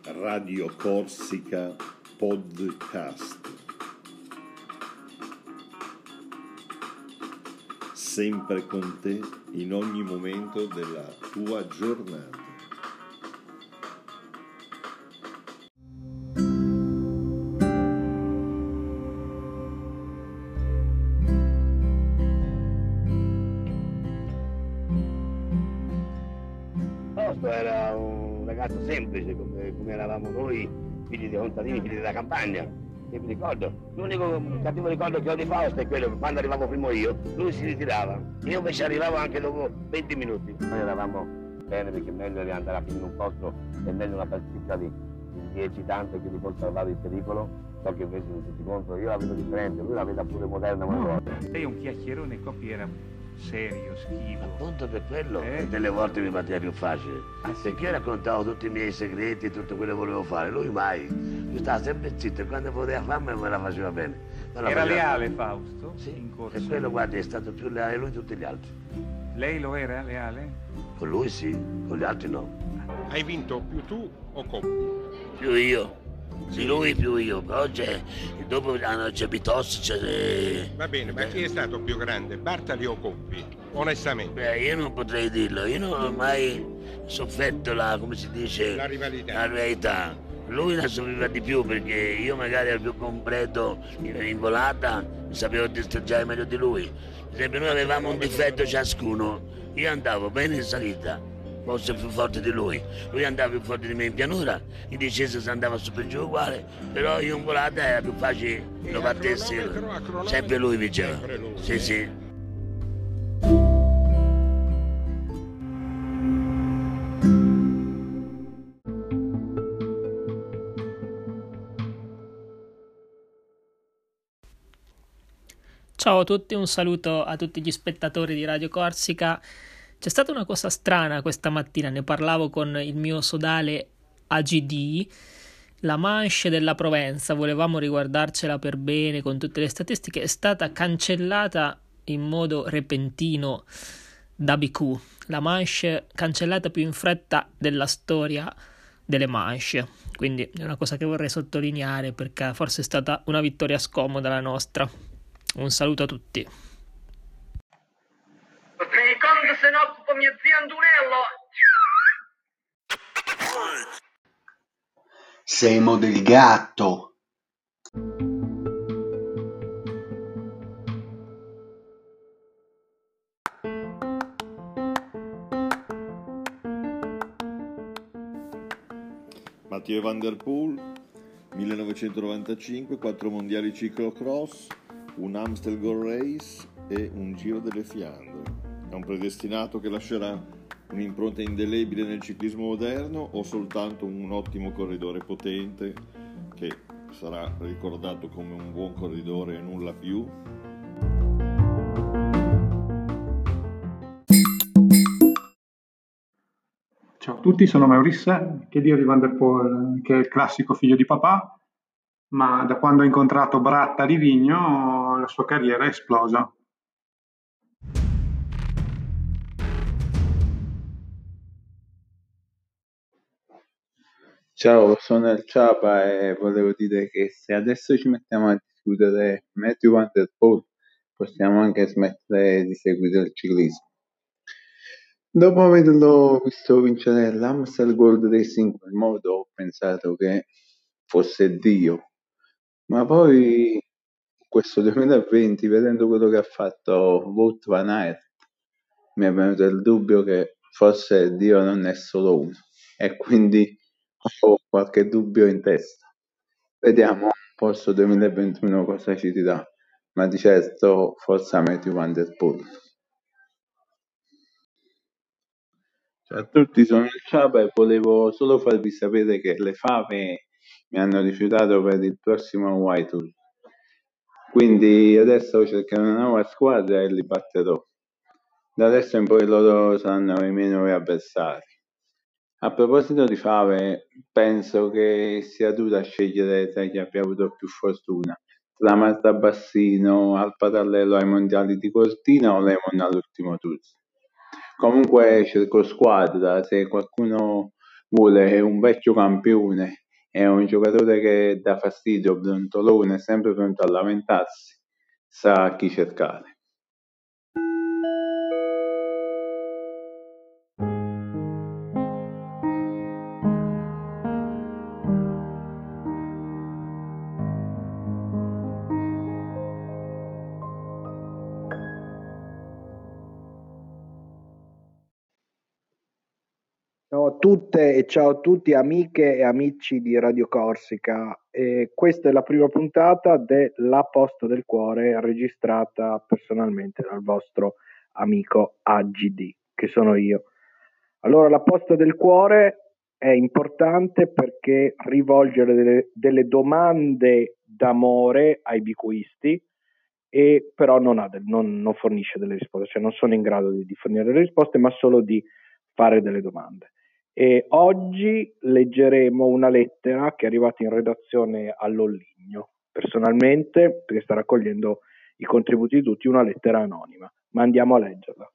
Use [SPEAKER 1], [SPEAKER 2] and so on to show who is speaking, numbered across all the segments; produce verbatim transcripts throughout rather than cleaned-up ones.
[SPEAKER 1] Radio Corsica Podcast. Sempre con te in ogni momento della tua giornata.
[SPEAKER 2] Era un ragazzo semplice come, come eravamo noi, figli di contadini, figli della campagna. Che mi ricordo, l'unico cattivo ricordo che ho di Fausto è quello che quando arrivavo primo io, lui si ritirava. Io invece arrivavo anche dopo venti minuti. Noi eravamo bene perché meglio di andare a finire un posto e meglio una pasticca di dieci tante che li può salvare il pericolo, so che invece non si contro, io la vedo differente, lui la vede pure moderna ma no.
[SPEAKER 3] Lei è un chiacchierone, Coppi era serio, schivo.
[SPEAKER 2] Appunto per quello,
[SPEAKER 3] Eh?
[SPEAKER 2] delle volte mi partiva più facile.
[SPEAKER 3] Ah, sì?
[SPEAKER 2] Perché io raccontavo tutti i miei segreti e tutto quello che volevo fare, lui mai. Io stavo sempre zitto e quando poteva farmi me la faceva bene. Me la
[SPEAKER 3] Era
[SPEAKER 2] faceva
[SPEAKER 3] leale
[SPEAKER 2] bene.
[SPEAKER 3] Fausto?
[SPEAKER 2] Sì,
[SPEAKER 3] In corsa.
[SPEAKER 2] e quello guardi è stato più leale lui di tutti gli altri.
[SPEAKER 3] Lei lo era leale?
[SPEAKER 2] Con lui sì, con gli altri no.
[SPEAKER 4] Hai vinto più tu o Coppi?
[SPEAKER 2] Più io. Sì, lui più io, però c'è, dopo hanno- c'è Bitos, c'è...
[SPEAKER 4] Va bene, ma chi è stato più grande, Bartali o Coppi? Onestamente.
[SPEAKER 2] Beh, io non potrei dirlo, io non ho mai sofferto la, come si dice,
[SPEAKER 4] La rivalità.
[SPEAKER 2] la rivalità. Lui ne soffriva di più perché io magari ero più completo in, in volata, mi sapevo destreggiare meglio di lui. Per esempio noi avevamo un difetto ciascuno, io andavo bene in salita, forse più forte di lui, lui andava più forte di me in pianura, in discesa si andava su per giù uguale, però io in volata era più facile
[SPEAKER 4] E
[SPEAKER 2] lo
[SPEAKER 4] a
[SPEAKER 2] battessi,
[SPEAKER 4] cronometro, a cronometro?
[SPEAKER 2] sempre lui vinceva.
[SPEAKER 4] Sempre lui.
[SPEAKER 2] Sì, sì.
[SPEAKER 5] Ciao a tutti, un saluto a tutti gli spettatori di Radio Corsica. C'è stata una cosa strana questa mattina, ne parlavo con il mio sodale A G D, la Manche della Provenza, volevamo riguardarcela per bene con tutte le statistiche, è stata cancellata in modo repentino da B Q, la Manche cancellata più in fretta della storia delle Manche, quindi è una cosa che vorrei sottolineare perché forse è stata una vittoria scomoda la nostra. Un saluto a tutti.
[SPEAKER 6] Quando se ne occupa mio zio Andunello.
[SPEAKER 7] Semo del gatto.
[SPEAKER 1] Mathieu Van Der Poel, millenovecentonovantacinque, quattro mondiali ciclocross, un Amstel Gold Race e un Giro delle Fiandre. È un predestinato che lascerà un'impronta indelebile nel ciclismo moderno o soltanto un ottimo corridore potente che sarà ricordato come un buon corridore e nulla più?
[SPEAKER 8] Ciao a tutti, sono Maurice, che dire di Van der Poel, che è il classico figlio di papà, ma da quando ho incontrato Bratta di Vigno la sua carriera è esplosa.
[SPEAKER 9] Ciao, sono il Ciapa e volevo dire che se adesso ci mettiamo a discutere Matthew Van Der Poel, possiamo anche smettere di seguire il ciclismo. Dopo averlo visto vincere l'Amstel Gold Race in quel modo, ho pensato che fosse Dio, ma poi in questo duemilaventi, vedendo quello che ha fatto Wout van Aert, mi è venuto il dubbio che forse Dio non è solo uno, e quindi ho qualche dubbio in testa. Vediamo forse duemilaventuno cosa ci dirà, ma di certo forza Matthew Van Der Poel. Ciao a tutti, sono il Ciapa e volevo solo farvi sapere che le fave mi hanno rifiutato per il prossimo White Tour. Quindi adesso cercherò una nuova squadra e li batterò. Da adesso in poi loro saranno i miei nuovi avversari. A proposito di fave, penso che sia dura scegliere tra chi abbia avuto più fortuna, tra Marta Bassino al parallelo ai mondiali di Cortina o Lemon all'ultimo tour. Comunque cerco squadra, se qualcuno vuole un vecchio campione, è un giocatore che dà fastidio, brontolone, sempre pronto a lamentarsi, sa chi cercare.
[SPEAKER 10] Ciao a tutte e ciao a tutti, amiche e amici di Radio Corsica. E questa è la prima puntata della Posta del Cuore registrata personalmente dal vostro amico A G D, che sono io. Allora, la Posta del Cuore è importante perché rivolge delle, delle domande d'amore ai bicuisti, e però non, ha del, non, non fornisce delle risposte, cioè non sono in grado di, di fornire delle risposte, ma solo di fare delle domande. E oggi leggeremo una lettera che è arrivata in redazione all'Olligno. Personalmente, perché sta raccogliendo i contributi di tutti, una lettera anonima, ma andiamo a leggerla.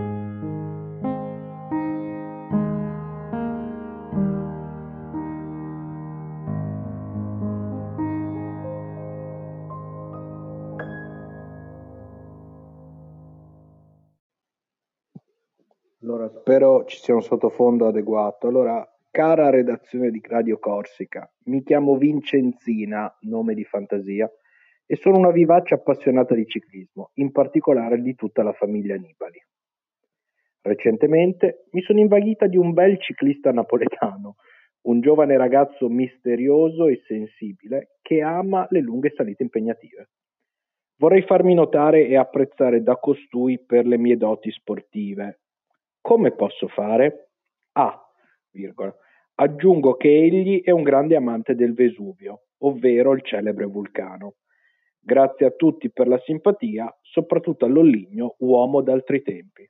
[SPEAKER 10] Allora, spero ci sia un sottofondo adeguato. Allora, cara redazione di Radio Corsica, mi chiamo Vincenzina, nome di fantasia, e sono una vivace appassionata di ciclismo, in particolare di tutta la famiglia Nibali. Recentemente mi sono invaghita di un bel ciclista napoletano, un giovane ragazzo misterioso e sensibile che ama le lunghe salite impegnative. Vorrei farmi notare e apprezzare da costui per le mie doti sportive. Come posso fare? Ah, virgola. Aggiungo che egli è un grande amante del Vesuvio, ovvero il celebre vulcano. Grazie a tutti per la simpatia, soprattutto all'Olligno, uomo d'altri tempi.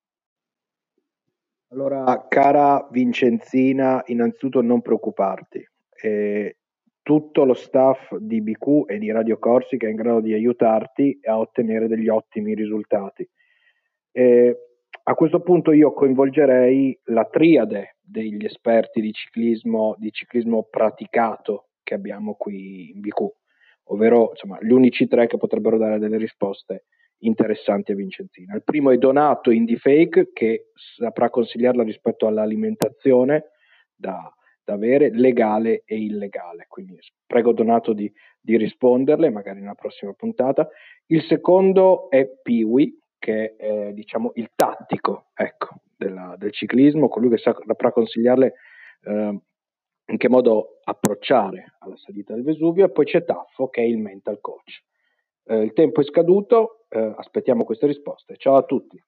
[SPEAKER 10] Allora, cara Vincenzina, innanzitutto non preoccuparti. Eh, tutto lo staff di B Q e di Radio Corsica è in grado di aiutarti a ottenere degli ottimi risultati. Eh, A questo punto io coinvolgerei la triade degli esperti di ciclismo, di ciclismo praticato che abbiamo qui in B Q, ovvero insomma, gli unici tre che potrebbero dare delle risposte interessanti a Vincenzina. Il primo è Donato IndyFake, che saprà consigliarla rispetto all'alimentazione da, da avere, legale e illegale. Quindi prego Donato di, di risponderle, magari nella prossima puntata. Il secondo è Piwi, che è diciamo il tattico ecco, della, del ciclismo, colui che saprà consigliarle eh, in che modo approcciare alla salita del Vesuvio, e poi c'è Taffo che è il mental coach. Eh, il tempo è scaduto, eh, aspettiamo queste risposte. Ciao a tutti.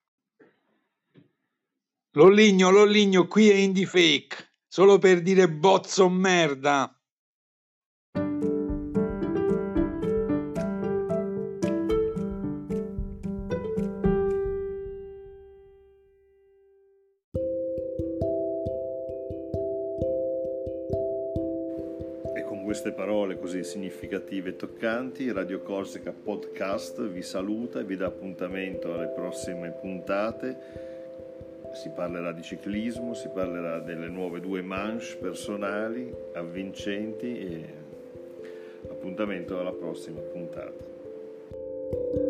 [SPEAKER 11] L'Olligno, l'Olligno, qui è IndyFake, solo per dire bozzo merda.
[SPEAKER 1] Queste parole così significative e toccanti, Radio Corsica Podcast vi saluta e vi dà appuntamento alle prossime puntate. Si parlerà di ciclismo, si parlerà delle nuove due manche personali, avvincenti, e appuntamento alla prossima puntata.